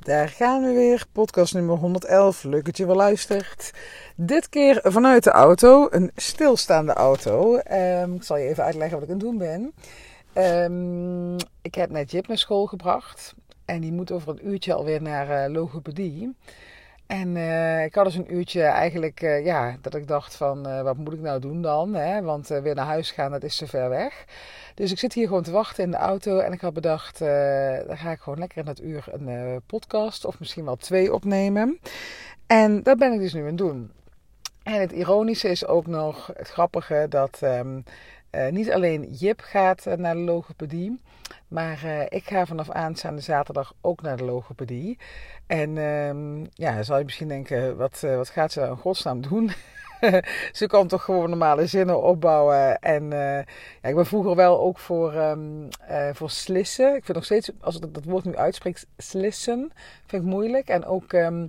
Daar gaan we weer, podcast nummer 111. Leuk dat je weer luistert. Dit keer vanuit de auto, een stilstaande auto. Ik zal je even uitleggen wat ik aan het doen ben. Ik heb net Jip naar school gebracht. En die moet over een uurtje alweer naar logopedie. En ik had dus een uurtje eigenlijk, dat ik dacht van, wat moet ik nou doen dan? Hè? Want weer naar huis gaan, dat is te ver weg. Dus ik zit hier gewoon te wachten in de auto en ik had bedacht, dan ga ik gewoon lekker in dat uur een podcast of misschien wel 2 opnemen. En dat ben ik dus nu aan het doen. En het ironische is ook nog, het grappige, dat niet alleen Jip gaat naar de logopedie, maar ik ga vanaf aanstaande zaterdag ook naar de logopedie. En dan zal je misschien denken, wat gaat ze in godsnaam doen? Ze kan toch gewoon normale zinnen opbouwen. En ik ben vroeger wel ook voor slissen. Ik vind nog steeds, als ik dat woord nu uitspreek, slissen, vind ik moeilijk. En ook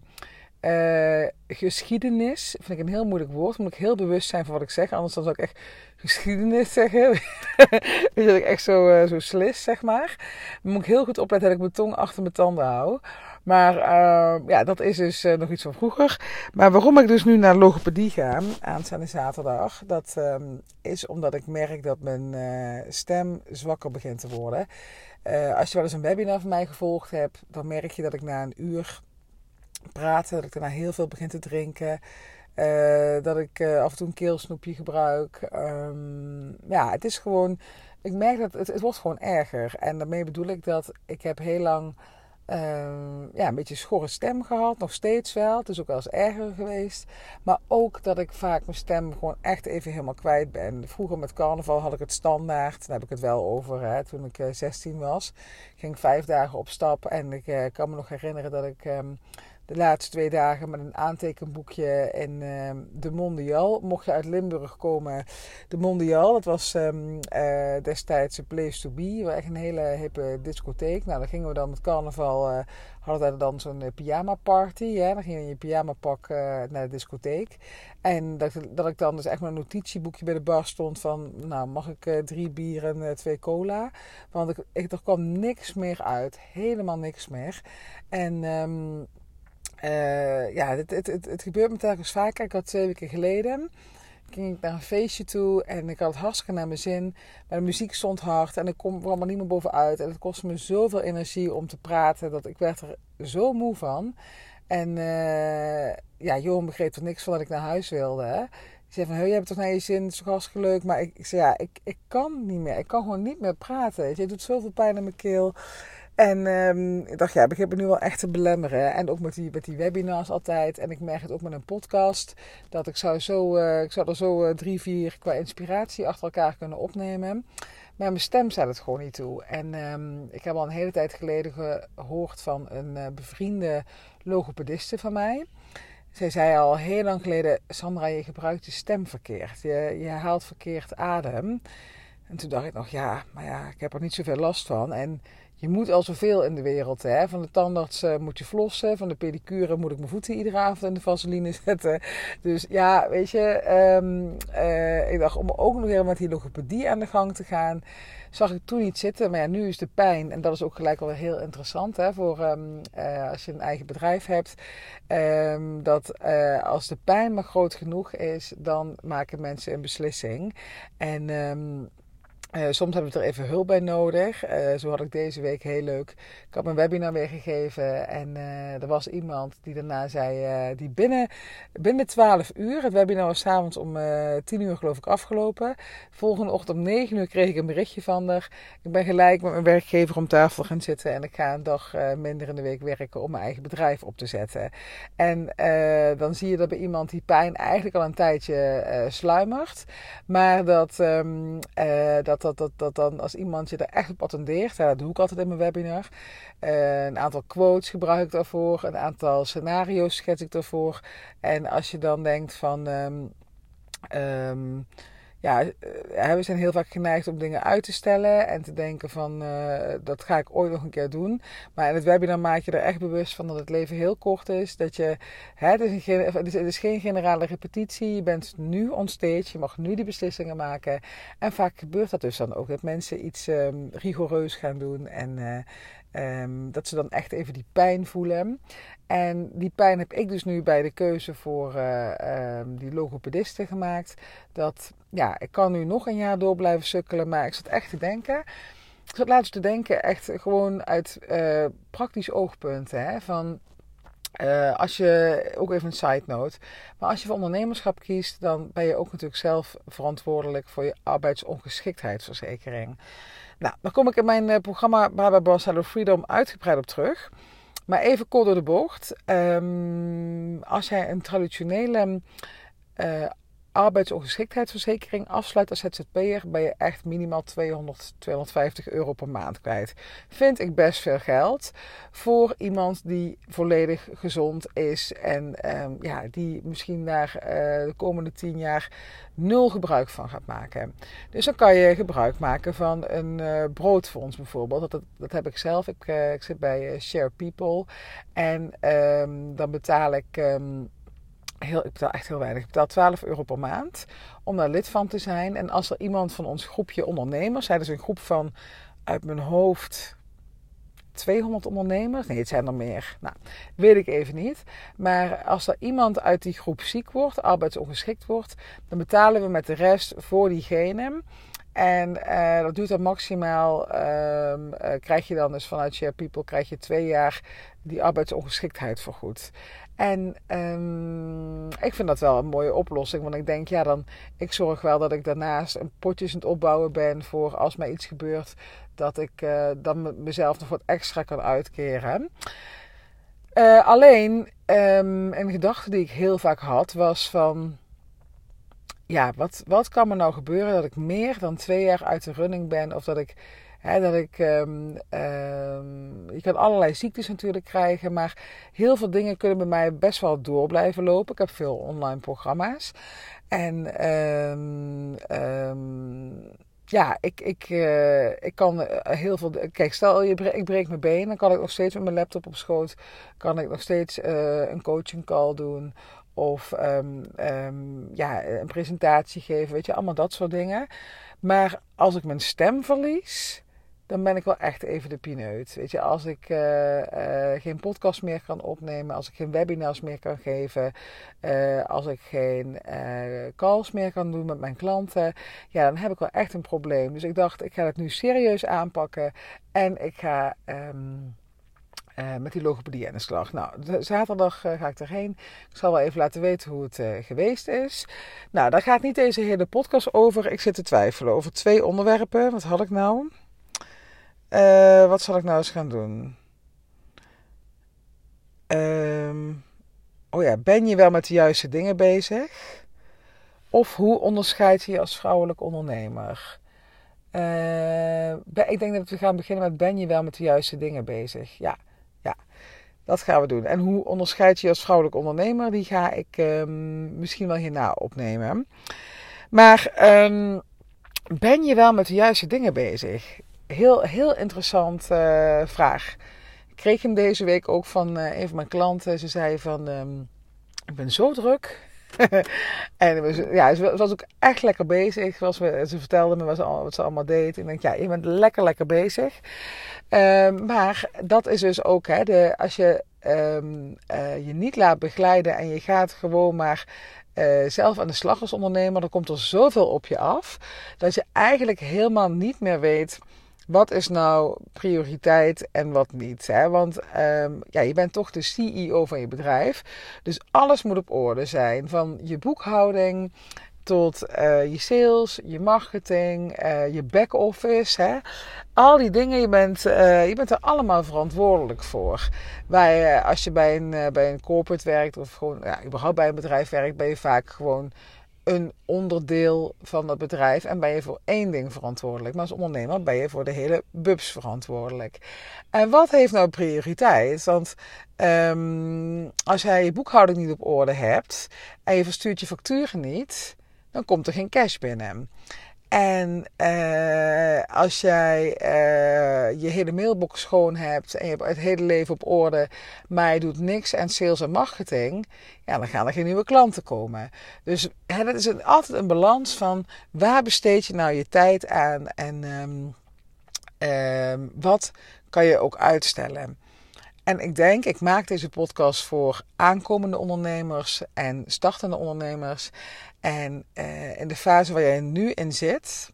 geschiedenis vind ik een heel moeilijk woord. Moet ik heel bewust zijn van wat ik zeg. Anders dan zou ik echt geschiedenis zeggen. Weet je, dat ik echt zo slis, zeg maar. Dan moet ik heel goed opletten dat ik mijn tong achter mijn tanden hou. Maar dat is dus nog iets van vroeger. Maar waarom ik dus nu naar logopedie ga, aanstaande zaterdag, dat is omdat ik merk dat mijn stem zwakker begint te worden. Als je wel eens een webinar van mij gevolgd hebt, dan merk je dat ik na een uur praten, dat ik daarna heel veel begin te drinken. Dat ik af en toe een keelsnoepje gebruik. Het is gewoon, ik merk dat het wordt gewoon erger. En daarmee bedoel ik dat ik heb heel lang een beetje schorre stem gehad. Nog steeds wel. Het is ook wel eens erger geweest. Maar ook dat ik vaak mijn stem gewoon echt even helemaal kwijt ben. Vroeger met carnaval had ik het standaard. Daar heb ik het wel over. Toen ik 16 was. Ik ging 5 dagen op stap. En ik kan me nog herinneren dat ik de laatste 2 dagen met een aantekenboekje in de Mondial. Mocht je uit Limburg komen, de Mondial, dat was destijds een place to be. Echt een hele hippe discotheek. Nou, dan gingen we dan met carnaval, hadden we dan zo'n pyjama party. Hè? Dan ging je in je pyjama pak naar de discotheek. En dat ik dan dus echt met een notitieboekje bij de bar stond van, nou, mag ik 3 bier en 2 cola? Want er kwam niks meer uit. Helemaal niks meer. En het gebeurt me telkens vaker. Ik had 2 weken geleden, ging ik naar een feestje toe en ik had het hartstikke naar mijn zin. Maar de muziek stond hard en ik kwam er allemaal niet meer bovenuit. En het kostte me zoveel energie om te praten, dat ik werd er zo moe van. En Johan begreep er niks van dat ik naar huis wilde. Hè? Die zei van, je hebt toch naar je zin, het is toch hartstikke leuk. Maar ik zei, ik kan niet meer. Ik kan gewoon niet meer praten. Je doet zoveel pijn in mijn keel. En ik dacht, ik begin me nu wel echt te belemmeren. En ook met die webinars altijd. En ik merk het ook met een podcast. Dat ik zou er zo 3, 4 qua inspiratie achter elkaar kunnen opnemen. Maar mijn stem zet het gewoon niet toe. En ik heb al een hele tijd geleden gehoord van een bevriende logopediste van mij. Zij zei al heel lang geleden, Sandra, je gebruikt je stem verkeerd. Je haalt verkeerd adem. En toen dacht ik nog, ik heb er niet zoveel last van. En je moet al zoveel in de wereld. Hè? Van de tandarts moet je flossen. Van de pedicure moet ik mijn voeten iedere avond in de vaseline zetten. Dus ja, weet je. Ik dacht, om ook nog weer met die logopedie aan de gang te gaan, zag ik toen niet zitten. Maar ja, nu is de pijn. En dat is ook gelijk alweer heel interessant. Hè, voor als je een eigen bedrijf hebt. Dat als de pijn maar groot genoeg is, dan maken mensen een beslissing. En soms hebben we er even hulp bij nodig. Zo had ik deze week heel leuk. Ik had mijn webinar weer gegeven. En er was iemand die daarna zei, die binnen 12 uur. Het webinar was 's avonds om 10 uur geloof ik afgelopen. Volgende ochtend om 9 uur kreeg ik een berichtje van haar. Ik ben gelijk met mijn werkgever om tafel gaan zitten. En ik ga een dag minder in de week werken om mijn eigen bedrijf op te zetten. En dan zie je dat bij iemand die pijn eigenlijk al een tijdje sluimert. Maar dat dan als iemand je er echt op attendeert, dat doe ik altijd in mijn webinar. Een aantal quotes gebruik ik daarvoor, een aantal scenario's schets ik daarvoor. En als je dan denkt van, we zijn heel vaak geneigd om dingen uit te stellen en te denken van, dat ga ik ooit nog een keer doen. Maar in het webinar maak je er echt bewust van dat het leven heel kort is. Dat je, het is geen generale repetitie. Je bent nu on stage, je mag nu die beslissingen maken. En vaak gebeurt dat dus dan ook, dat mensen iets rigoureus gaan doen en dat ze dan echt even die pijn voelen. En die pijn heb ik dus nu bij de keuze voor die logopediste gemaakt. Dat, ja, ik kan nu nog een jaar door blijven sukkelen, maar ik zat echt te denken. Ik zat laatst te denken, echt gewoon uit praktisch oogpunt, hè, van... als je, ook even een side note, maar als je voor ondernemerschap kiest, dan ben je ook natuurlijk zelf verantwoordelijk voor je arbeidsongeschiktheidsverzekering. Nou, dan kom ik in mijn programma Baba Boss Hello Freedom uitgebreid op terug. Maar even kort door de bocht. Als jij een traditionele arbeidsongeschiktheidsverzekering afsluit als ZZP'er, ben je echt minimaal 250 euro per maand kwijt. Vind ik best veel geld voor iemand die volledig gezond is en die misschien daar de komende 10 jaar 0 gebruik van gaat maken. Dus dan kan je gebruik maken van een broodfonds bijvoorbeeld. Dat heb ik zelf. Ik zit bij Share People en dan betaal ik... Ik betaal echt heel weinig. Ik betaal 12 euro per maand om daar lid van te zijn. En als er iemand van ons groepje ondernemers... Zij dus een groep van, uit mijn hoofd, 200 ondernemers. Nee, het zijn er meer. Nou, weet ik even niet. Maar als er iemand uit die groep ziek wordt, arbeidsongeschikt wordt... dan betalen we met de rest voor diegene... En dat duurt dan maximaal, krijg je dan dus vanuit Share People, krijg je 2 jaar die arbeidsongeschiktheid vergoed. En ik vind dat wel een mooie oplossing, want ik denk, ik zorg wel dat ik daarnaast een potjes aan het opbouwen ben voor als mij iets gebeurt, dat ik dan mezelf nog wat extra kan uitkeren. Alleen, een gedachte die ik heel vaak had, was van... Ja, wat kan me nou gebeuren dat ik meer dan 2 jaar uit de running ben? Of dat ik... je kan allerlei ziektes natuurlijk krijgen, maar heel veel dingen kunnen bij mij best wel door blijven lopen. Ik heb veel online programma's. En ik kan heel veel... Kijk, stel ik breek mijn been, dan kan ik nog steeds met mijn laptop op schoot, kan ik nog steeds een coaching call doen. Of een presentatie geven, weet je, allemaal dat soort dingen. Maar als ik mijn stem verlies, dan ben ik wel echt even de pineut. Weet je, als ik geen podcast meer kan opnemen, als ik geen webinars meer kan geven, als ik geen calls meer kan doen met mijn klanten, ja, dan heb ik wel echt een probleem. Dus ik dacht, ik ga het nu serieus aanpakken en ik ga... met die logopedie aan de slag. Nou, zaterdag ga ik erheen. Ik zal wel even laten weten hoe het geweest is. Nou, daar gaat niet deze hele podcast over. Ik zit te twijfelen over 2 onderwerpen. Wat had ik nou? Wat zal ik nou eens gaan doen? Ben je wel met de juiste dingen bezig? Of hoe onderscheid je je als vrouwelijk ondernemer? Ik denk dat we gaan beginnen met, ben je wel met de juiste dingen bezig? Ja. Dat gaan we doen. En hoe onderscheid je als vrouwelijk ondernemer? Die ga ik misschien wel hierna opnemen. Maar ben je wel met de juiste dingen bezig? Heel interessant vraag. Ik kreeg hem deze week ook van een van mijn klanten. Ze zei van, ik ben zo druk. En ze was ook echt lekker bezig. Ze vertelde me wat ze allemaal deed. En ik denk, je bent lekker bezig. Maar dat is dus ook, als je je niet laat begeleiden en je gaat gewoon maar zelf aan de slag als ondernemer, dan komt er zoveel op je af, dat je eigenlijk helemaal niet meer weet, wat is nou prioriteit en wat niet. Hè? Want je bent toch de CEO van je bedrijf. Dus alles moet op orde zijn. Van je boekhouding tot je sales, je marketing, je back-office. Hè? Al die dingen, je bent er allemaal verantwoordelijk voor. Als je bij een corporate werkt of gewoon überhaupt bij een bedrijf werkt, ben je vaak gewoon een onderdeel van het bedrijf en ben je voor 1 ding verantwoordelijk. Maar als ondernemer ben je voor de hele bubs verantwoordelijk. En wat heeft nou prioriteit? Want als jij je boekhouding niet op orde hebt en je verstuurt je facturen niet, dan komt er geen cash binnen. En als jij je hele mailbox schoon hebt en je hebt het hele leven op orde, maar je doet niks aan sales en marketing, dan gaan er geen nieuwe klanten komen. Dus dat is altijd een balans van waar besteed je nou je tijd aan en wat kan je ook uitstellen. En ik maak deze podcast voor aankomende ondernemers en startende ondernemers. En in de fase waar jij nu in zit,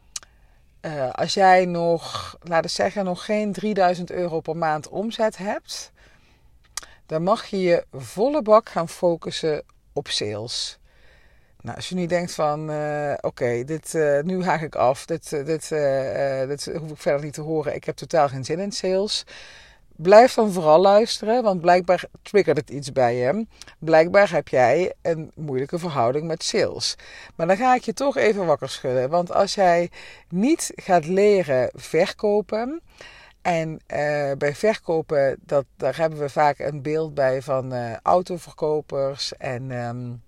als jij nog, laten we zeggen, nog geen 3000 euro per maand omzet hebt, dan mag je je volle bak gaan focussen op sales. Nou, als je nu denkt van, oké, nu haak ik af, dit hoef ik verder niet te horen, ik heb totaal geen zin in sales. Blijf dan vooral luisteren, want blijkbaar triggert het iets bij je. Blijkbaar heb jij een moeilijke verhouding met sales. Maar dan ga ik je toch even wakker schudden. Want als jij niet gaat leren verkopen. En bij verkopen, daar hebben we vaak een beeld bij van autoverkopers en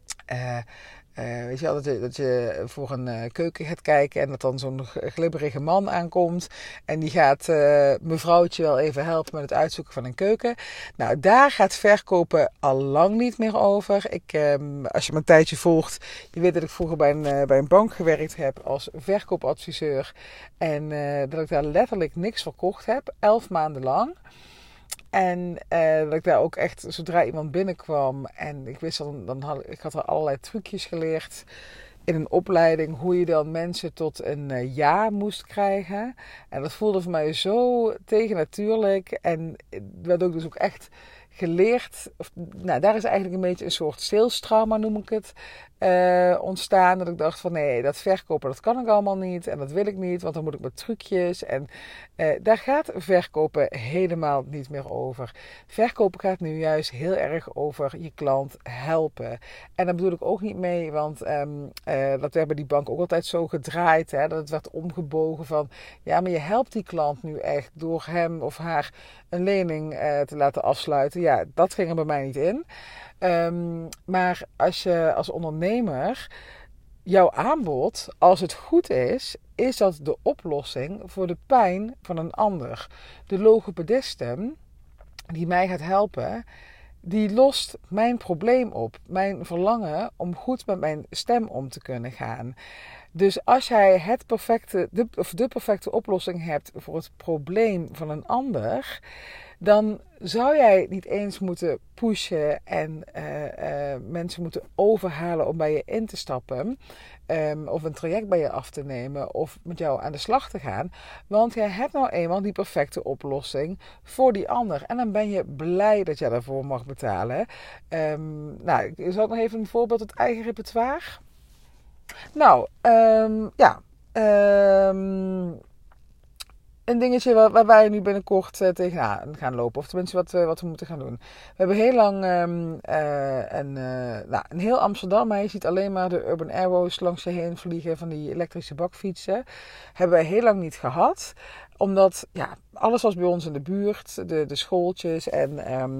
weet je wel, dat je voor een keuken gaat kijken en dat dan zo'n glibberige man aankomt. En die gaat mevrouwtje wel even helpen met het uitzoeken van een keuken. Nou, daar gaat verkopen al lang niet meer over. Als je me een tijdje volgt, je weet dat ik vroeger bij een bank gewerkt heb als verkoopadviseur. En dat ik daar letterlijk niks verkocht heb, 11 maanden lang. En dat ik daar ook echt, zodra iemand binnenkwam en ik wist ik had er allerlei trucjes geleerd in een opleiding hoe je dan mensen tot een ja moest krijgen. En dat voelde voor mij zo tegennatuurlijk en werd ook dus ook echt geleerd. Daar is eigenlijk een beetje een soort sales trauma, noem ik het, ontstaan. Dat ik dacht van nee, dat verkopen, dat kan ik allemaal niet. En dat wil ik niet, want dan moet ik met trucjes. En daar gaat verkopen helemaal niet meer over. Verkopen gaat nu juist heel erg over je klant helpen. En daar bedoel ik ook niet mee, want dat werd bij die bank ook altijd zo gedraaid. Hè, dat het werd omgebogen van, ja, maar je helpt die klant nu echt door hem of haar een lening te laten afsluiten. Ja, dat ging er bij mij niet in. Maar als je als ondernemer, jouw aanbod, als het goed is dat de oplossing voor de pijn van een ander. De logopediste die mij gaat helpen, die lost mijn probleem op. Mijn verlangen om goed met mijn stem om te kunnen gaan. Dus als jij de perfecte oplossing hebt voor het probleem van een ander, dan zou jij niet eens moeten pushen en mensen moeten overhalen om bij je in te stappen. Of een traject bij je af te nemen of met jou aan de slag te gaan. Want jij hebt nou eenmaal die perfecte oplossing voor die ander. En dan ben je blij dat jij daarvoor mag betalen. Ik zal nog even een voorbeeld uit eigen repertoire. Nou, een dingetje waar wij nu binnenkort tegenaan gaan lopen. Of tenminste wat we moeten gaan doen. We hebben heel lang in heel Amsterdam, maar je ziet alleen maar de Urban Arrows langs je heen vliegen van die elektrische bakfietsen. Hebben wij heel lang niet gehad. Omdat, alles was bij ons in de buurt. De schooltjes en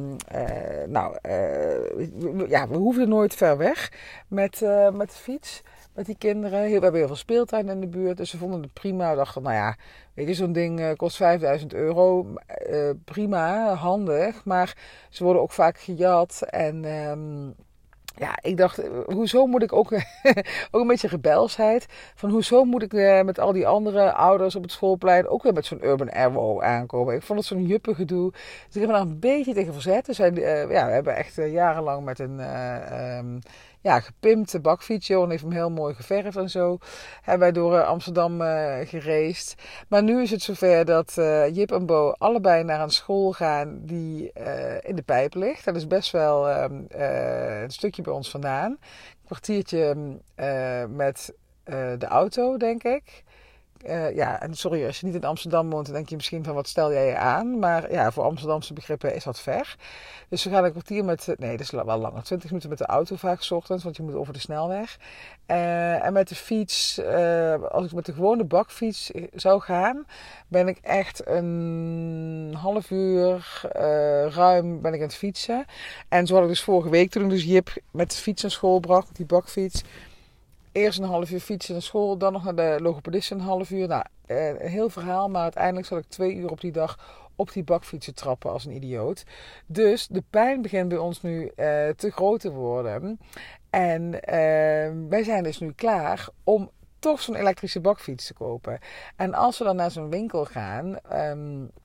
we hoefden nooit ver weg met de fiets. Met die kinderen. We hebben heel veel speeltuin in de buurt. Dus ze vonden het prima. We dachten, weet je, zo'n ding kost 5000 euro. Prima, handig. Maar ze worden ook vaak gejat. En ik dacht, hoezo moet ik ook, ook een beetje rebelsheid. Van hoezo moet ik met al die andere ouders op het schoolplein ook weer met zo'n Urban Arrow aankomen. Ik vond het zo'n juppengedoe. Dus ik heb me daar een beetje tegen verzet. Dus we hebben echt jarenlang met een gepimpte bakfietsje. En heeft hem heel mooi geverfd en zo. Hebben wij door Amsterdam gereisd. Maar nu is het zover dat Jip en Bo allebei naar een school gaan die in de pijp ligt. Dat is best wel een stukje bij ons vandaan. Een kwartiertje met de auto, denk ik. En sorry, als je niet in Amsterdam woont, dan denk je misschien van wat stel jij je aan. Maar voor Amsterdamse begrippen is dat ver. Dus we gaan een kwartier dat is wel langer, 20 minuten met de auto vaak 's ochtends, want je moet over de snelweg. En met de fiets, als ik met de gewone bakfiets zou gaan, ben ik echt een half uur ruim ben ik aan het fietsen. En zo had ik dus vorige week, toen ik dus Jip met de fiets naar school bracht, met die bakfiets. Eerst een half uur fietsen naar school, dan nog naar de logopedist een half uur. Nou, een heel verhaal, maar uiteindelijk zat ik 2 uur op die dag op die bakfietsen trappen als een idioot. Dus de pijn begint bij ons nu te groot te worden. En wij zijn dus nu klaar om toch zo'n elektrische bakfiets te kopen. En als we dan naar zo'n winkel gaan,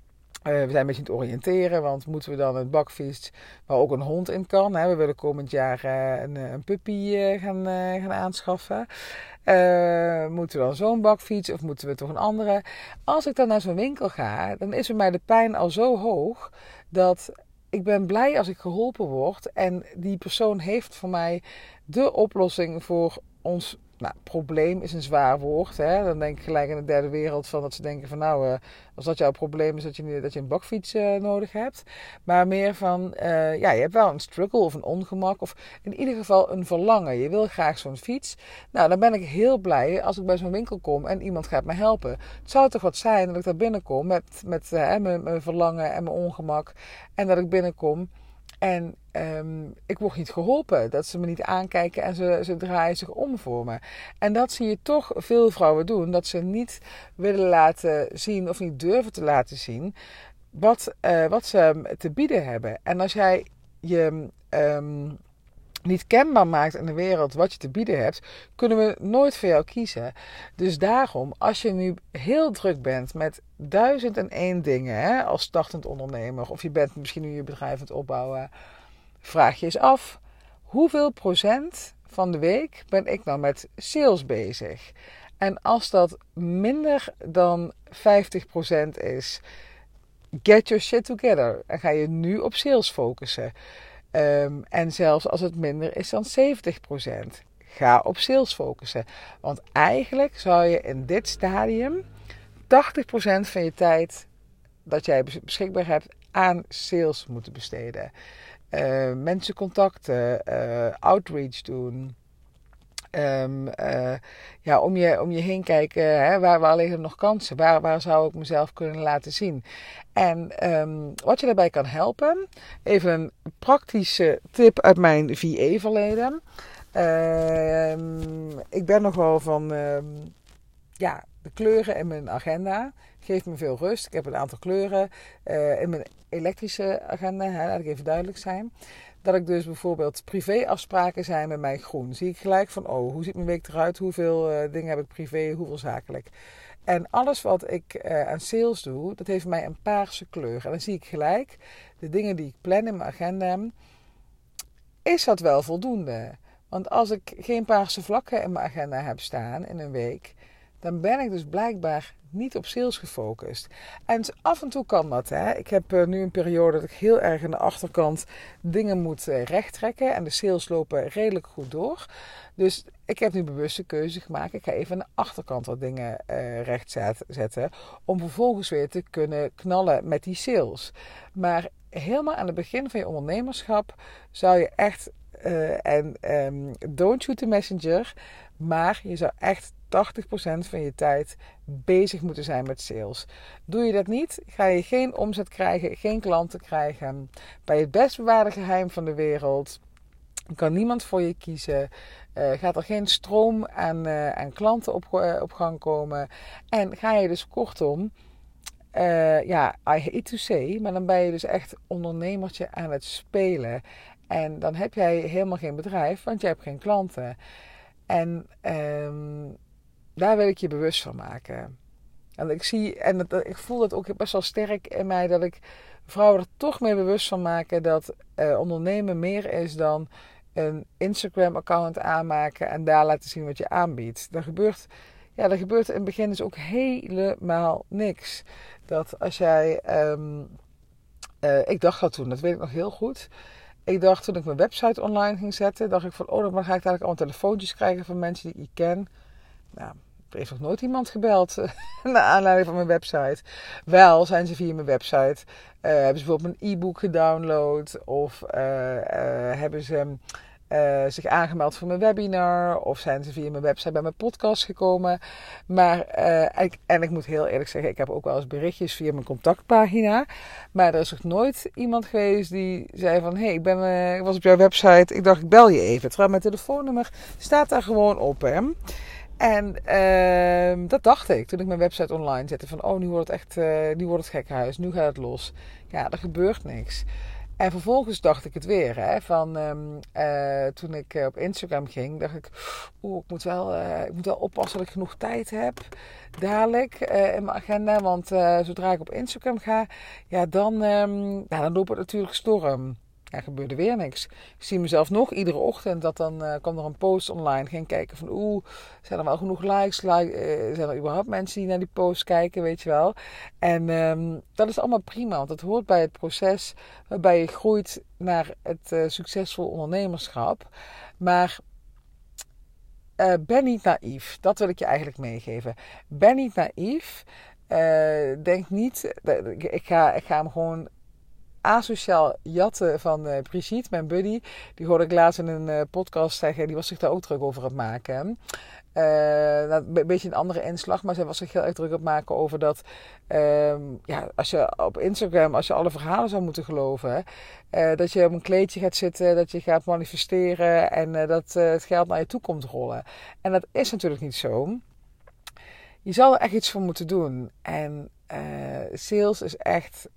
We zijn een beetje aan het oriënteren, want moeten we dan een bakfiets waar ook een hond in kan? Hè? We willen komend jaar een puppy gaan aanschaffen. Moeten we dan zo'n bakfiets of moeten we toch een andere? Als ik dan naar zo'n winkel ga, dan is bij mij de pijn al zo hoog dat ik ben blij als ik geholpen word. En die persoon heeft voor mij de oplossing voor ons probleem is een zwaar woord. Hè? Dan denk ik gelijk in de derde wereld van dat ze denken van als dat jouw probleem is dat je een bakfiets nodig hebt. Maar meer van, je hebt wel een struggle of een ongemak of in ieder geval een verlangen. Je wil graag zo'n fiets. Nou, dan ben ik heel blij als ik bij zo'n winkel kom en iemand gaat me helpen. Het zou toch wat zijn dat ik daar binnenkom met mijn verlangen en mijn ongemak. En dat ik binnenkom en ik word niet geholpen. Dat ze me niet aankijken en ze draaien zich om voor me. En dat zie je toch veel vrouwen doen. Dat ze niet willen laten zien of niet durven te laten zien wat ze te bieden hebben. En als jij je niet kenbaar maakt in de wereld wat je te bieden hebt, kunnen we nooit voor jou kiezen. Dus daarom, als je nu heel druk bent met 1001 dingen als startend ondernemer, of je bent misschien nu je bedrijf aan het opbouwen, vraag je eens af, hoeveel procent van de week ben ik nou met sales bezig? En als dat minder dan 50% is, get your shit together. En ga je nu op sales focussen. En zelfs als het minder is dan 70%, ga op sales focussen. Want eigenlijk zou je in dit stadium 80% van je tijd dat jij beschikbaar hebt aan sales moeten besteden. Mensen contacten, outreach doen. Om je heen kijken, hè, waar liggen nog kansen? Waar zou ik mezelf kunnen laten zien? En wat je daarbij kan helpen, even een praktische tip uit mijn VA-verleden. Ik ben nog wel van de kleuren in mijn agenda. Geeft me veel rust. Ik heb een aantal kleuren in mijn elektrische agenda, laat ik even duidelijk zijn. Dat ik dus bijvoorbeeld privéafspraken zijn met mij groen. Zie ik gelijk van, hoe ziet mijn week eruit? Hoeveel dingen heb ik privé, hoeveel zakelijk? En alles wat ik aan sales doe, dat heeft mij een paarse kleur. En dan zie ik gelijk, de dingen die ik plan in mijn agenda, is dat wel voldoende? Want als ik geen paarse vlakken in mijn agenda heb staan in een week, dan ben ik dus blijkbaar niet op sales gefocust. En af en toe kan dat. Hè. Ik heb nu een periode dat ik heel erg aan de achterkant dingen moet rechttrekken. En de sales lopen redelijk goed door. Dus ik heb nu bewust de keuze gemaakt. Ik ga even aan de achterkant wat dingen recht zetten. Om vervolgens weer te kunnen knallen met die sales. Maar helemaal aan het begin van je ondernemerschap zou je echt... don't shoot the messenger. Maar je zou echt 80% van je tijd bezig moeten zijn met sales. Doe je dat niet, ga je geen omzet krijgen, geen klanten krijgen. Bij het best bewaarde geheim van de wereld kan niemand voor je kiezen. Gaat er geen stroom aan klanten op gang komen. En ga je dus kortom, I hate to say, maar dan ben je dus echt ondernemertje aan het spelen. En dan heb jij helemaal geen bedrijf, want je hebt geen klanten. En daar wil ik je bewust van maken. En ik voel dat ook best wel sterk in mij, dat ik vrouwen er toch mee bewust van maken dat ondernemen meer is dan een Instagram-account aanmaken en daar laten zien wat je aanbiedt. Er gebeurt in het begin dus ook helemaal niks. Dat als jij... ik dacht dat toen, dat weet ik nog heel goed. Ik dacht toen ik mijn website online ging zetten, dacht ik van, dan ga ik dadelijk allemaal telefoontjes krijgen van mensen die ik ken. Nou, er heeft nog nooit iemand gebeld naar aanleiding van mijn website. Wel zijn ze via mijn website, hebben ze bijvoorbeeld een e-book gedownload of hebben ze zich aangemeld voor mijn webinar of zijn ze via mijn website bij mijn podcast gekomen. Maar ik moet heel eerlijk zeggen, ik heb ook wel eens berichtjes via mijn contactpagina. Maar er is nog nooit iemand geweest die zei van, hey, ik was op jouw website, ik dacht ik bel je even. Terwijl mijn telefoonnummer staat daar gewoon op, hè. En dat dacht ik toen ik mijn website online zette. Van nu wordt het echt, nu wordt het gekhuis, nu gaat het los. Ja, er gebeurt niks. En vervolgens dacht ik het weer. Hè, toen ik op Instagram ging, dacht ik... ik moet wel oppassen dat ik genoeg tijd heb. Dadelijk in mijn agenda. Want zodra ik op Instagram ga, ja, dan loopt het natuurlijk storm. Er gebeurde weer niks. Ik zie mezelf nog iedere ochtend dat dan kwam er een post online. Ging kijken van zijn er wel genoeg likes? Zijn er überhaupt mensen die naar die post kijken, weet je wel? En dat is allemaal prima, want het hoort bij het proces waarbij je groeit naar het succesvol ondernemerschap. Maar ben niet naïef. Dat wil ik je eigenlijk meegeven. Ben niet naïef. Denk niet, ik ga hem gewoon asociaal jatten van Brigitte, mijn buddy. Die hoorde ik laatst in een podcast zeggen. Die was zich daar ook druk over aan het maken. Een beetje een andere inslag. Maar zij was zich heel erg druk aan het maken over dat... als je op Instagram, als je alle verhalen zou moeten geloven... dat je op een kleedje gaat zitten, dat je gaat manifesteren... en dat het geld naar je toe komt rollen. En dat is natuurlijk niet zo. Je zal er echt iets voor moeten doen. En sales is echt...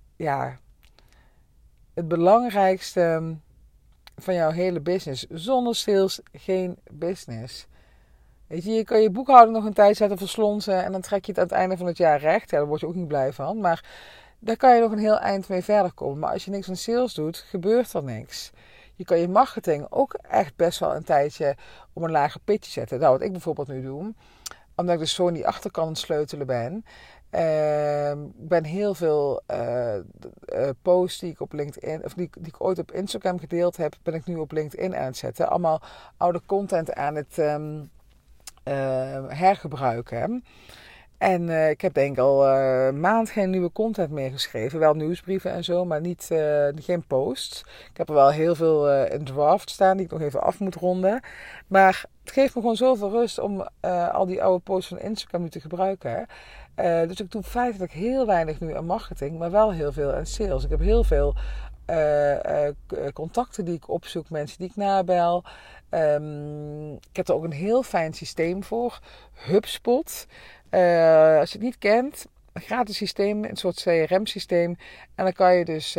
het belangrijkste van jouw hele business. Zonder sales geen business. Weet je kan je boekhouding nog een tijd zetten verslonsen en dan trek je het aan het einde van het jaar recht. Ja, daar word je ook niet blij van. Maar daar kan je nog een heel eind mee verder komen. Maar als je niks aan sales doet, gebeurt er niks. Je kan je marketing ook echt best wel een tijdje op een lager pitje zetten. Nou, wat ik bijvoorbeeld nu doe, omdat ik dus zo in die achterkant aan het sleutelen ben... ben heel veel posts die ik op LinkedIn, of die ik ooit op Instagram gedeeld heb, ben ik nu op LinkedIn aan het zetten. Allemaal oude content aan het hergebruiken. En ik heb denk ik al een maand geen nieuwe content meer geschreven. Wel nieuwsbrieven en zo, maar geen posts. Ik heb er wel heel veel in draft staan die ik nog even af moet ronden. Maar het geeft me gewoon zoveel rust om al die oude posts van Instagram nu te gebruiken. Dus ik doe feitelijk heel weinig nu aan marketing, maar wel heel veel aan sales. Ik heb heel veel contacten die ik opzoek, mensen die ik nabel. Ik heb er ook een heel fijn systeem voor. HubSpot. Als je het niet kent, een gratis systeem, een soort CRM-systeem. En dan kan je dus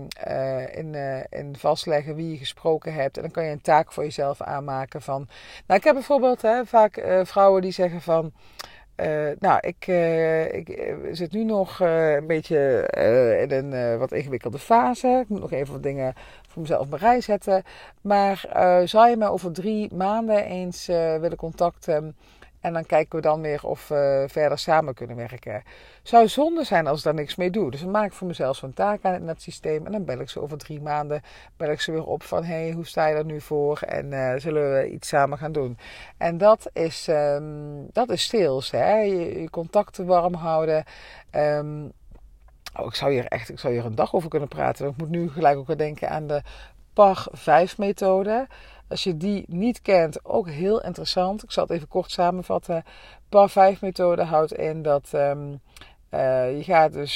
in vastleggen wie je gesproken hebt. En dan kan je een taak voor jezelf aanmaken van... Nou, ik heb bijvoorbeeld vaak vrouwen die zeggen van... ik zit nu nog een beetje in een wat ingewikkelde fase. Ik moet nog even wat dingen voor mezelf op mijn rij zetten. Maar zou je me over 3 maanden eens willen contacten? En dan kijken we dan weer of we verder samen kunnen werken. Zou zonde zijn als ik daar niks mee doe. Dus dan maak ik voor mezelf zo'n taak aan in dat systeem. En dan bel ik ze over 3 maanden. Bel ik ze weer op van... Hey, hoe sta je er nu voor? En zullen we iets samen gaan doen? En dat is sales. Hè? Je contacten warm houden. Ik zou hier een dag over kunnen praten. Ik moet nu gelijk ook weer denken aan de PAR 5 methode. Als je die niet kent, ook heel interessant. Ik zal het even kort samenvatten. PAR 5 methode houdt in dat je gaat dus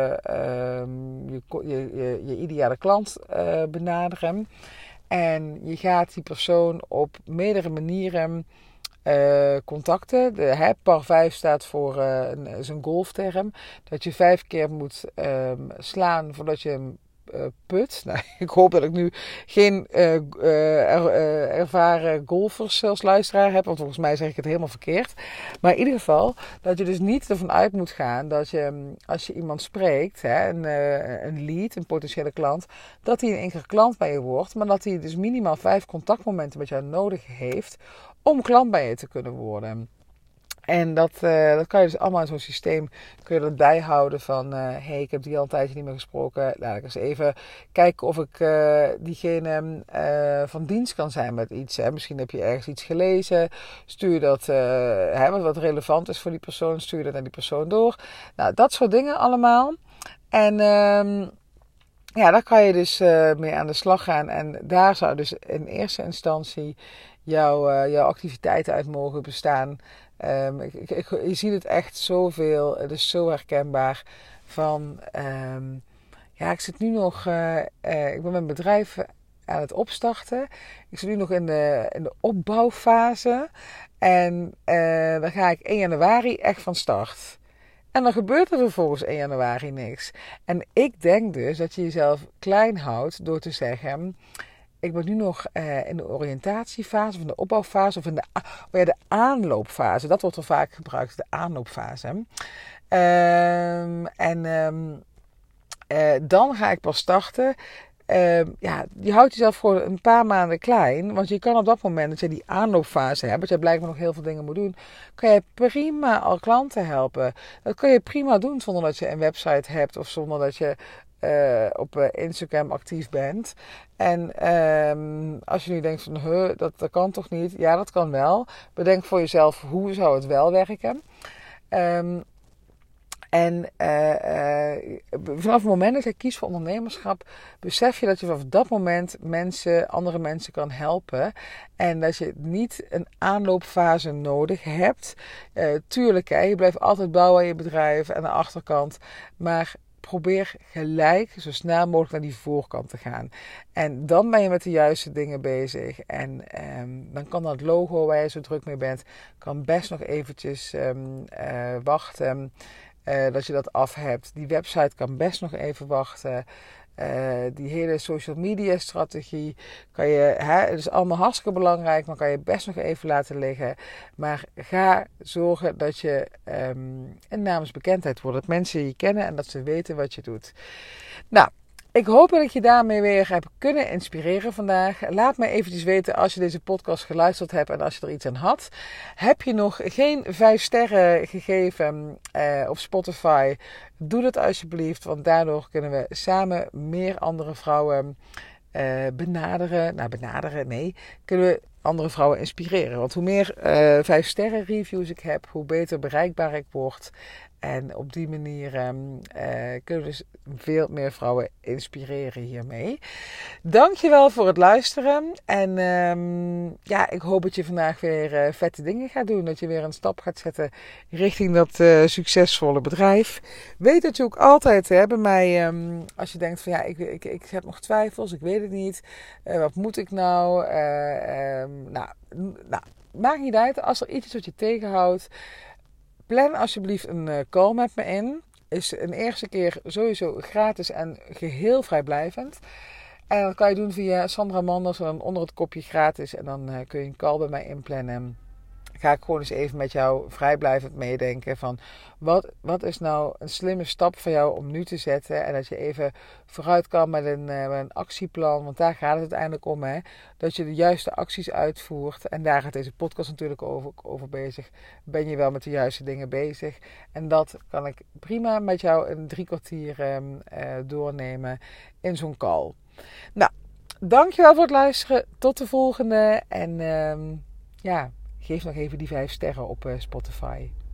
je ideale klant benaderen. En je gaat die persoon op meerdere manieren contacten. PAR 5 staat voor is een golfterm. Dat je 5 keer moet slaan voordat je hem put. Nou, ik hoop dat ik nu geen ervaren golfers als luisteraar heb, want volgens mij zeg ik het helemaal verkeerd. Maar in ieder geval, dat je dus niet ervan uit moet gaan dat je, als je iemand spreekt, een lead, een potentiële klant, dat hij in één keer klant bij je wordt, maar dat hij dus minimaal 5 contactmomenten met jou nodig heeft om klant bij je te kunnen worden. En dat kan je dus allemaal in zo'n systeem, kun je erbij houden van... hey, ik heb die al een tijdje niet meer gesproken. Laat ik eens even kijken of ik diegene van dienst kan zijn met iets. Hè. Misschien heb je ergens iets gelezen. Stuur dat, wat relevant is voor die persoon, stuur dat naar die persoon door. Nou, dat soort dingen allemaal. En daar kan je dus mee aan de slag gaan. En daar zou dus in eerste instantie jouw activiteiten uit mogen bestaan... je ziet het echt zoveel. Het is zo herkenbaar. Ik zit nu nog... ik ben mijn bedrijf aan het opstarten. Ik zit nu nog in de opbouwfase. En dan ga ik 1 januari echt van start. En dan gebeurt er vervolgens 1 januari niks. En ik denk dus dat je jezelf klein houdt door te zeggen: ik ben nu nog in de oriëntatiefase, of in de opbouwfase, of in de aanloopfase. Dat wordt er vaak gebruikt, de aanloopfase. Dan ga ik pas starten. Je houdt jezelf gewoon een paar maanden klein. Want je kan op dat moment dat je die aanloopfase hebt, dat je blijkbaar nog heel veel dingen moet doen, kan je prima al klanten helpen. Dat kun je prima doen zonder dat je een website hebt of zonder dat je op Instagram actief bent. En als je nu denkt van, dat kan toch niet? Ja, dat kan wel. Bedenk voor jezelf, hoe zou het wel werken? Vanaf het moment dat je kiest voor ondernemerschap, besef je dat je vanaf dat moment andere mensen kan helpen. En dat je niet een aanloopfase nodig hebt. Tuurlijk, je blijft altijd bouwen aan je bedrijf aan de achterkant. Maar probeer gelijk zo snel mogelijk naar die voorkant te gaan. En dan ben je met de juiste dingen bezig. En dan kan dat logo waar je zo druk mee bent, kan best nog eventjes wachten. Dat je dat af hebt. Die website kan best nog even wachten. Die hele social media strategie kan je, het is allemaal hartstikke belangrijk, maar kan je best nog even laten liggen. Maar ga zorgen dat je een naamsbekendheid wordt. Dat mensen je kennen en dat ze weten wat je doet. Nou, ik hoop dat ik je daarmee weer heb kunnen inspireren vandaag. Laat me eventjes weten als je deze podcast geluisterd hebt en als je er iets aan had. Heb je nog geen 5 sterren gegeven op Spotify? Doe dat alsjeblieft, want daardoor kunnen we samen meer andere vrouwen benaderen. Kunnen we andere vrouwen inspireren. Want hoe meer 5 sterren reviews ik heb, hoe beter bereikbaar ik word. En op die manier kunnen we dus veel meer vrouwen inspireren hiermee. Dankjewel voor het luisteren. En ik hoop dat je vandaag weer vette dingen gaat doen. Dat je weer een stap gaat zetten richting dat succesvolle bedrijf. Weet dat je ook altijd bij mij, als je denkt van ik heb nog twijfels, ik weet het niet. Wat moet ik nou? Maakt niet uit. Als er iets is wat je tegenhoudt, plan alsjeblieft een call met me in. Is een eerste keer sowieso gratis en geheel vrijblijvend. En dat kan je doen via Sandra Manders en dan onder het kopje gratis. En dan kun je een call bij mij inplannen. Ga ik gewoon eens even met jou vrijblijvend meedenken van wat is nou een slimme stap van jou om nu te zetten. En dat je even vooruit kan met een actieplan. Want daar gaat het uiteindelijk om. Dat je de juiste acties uitvoert. En daar gaat deze podcast natuurlijk over bezig. Ben je wel met de juiste dingen bezig. En dat kan ik prima met jou in 3 kwartier doornemen in zo'n call. Nou, dankjewel voor het luisteren. Tot de volgende. En geef nog even die 5 sterren op Spotify.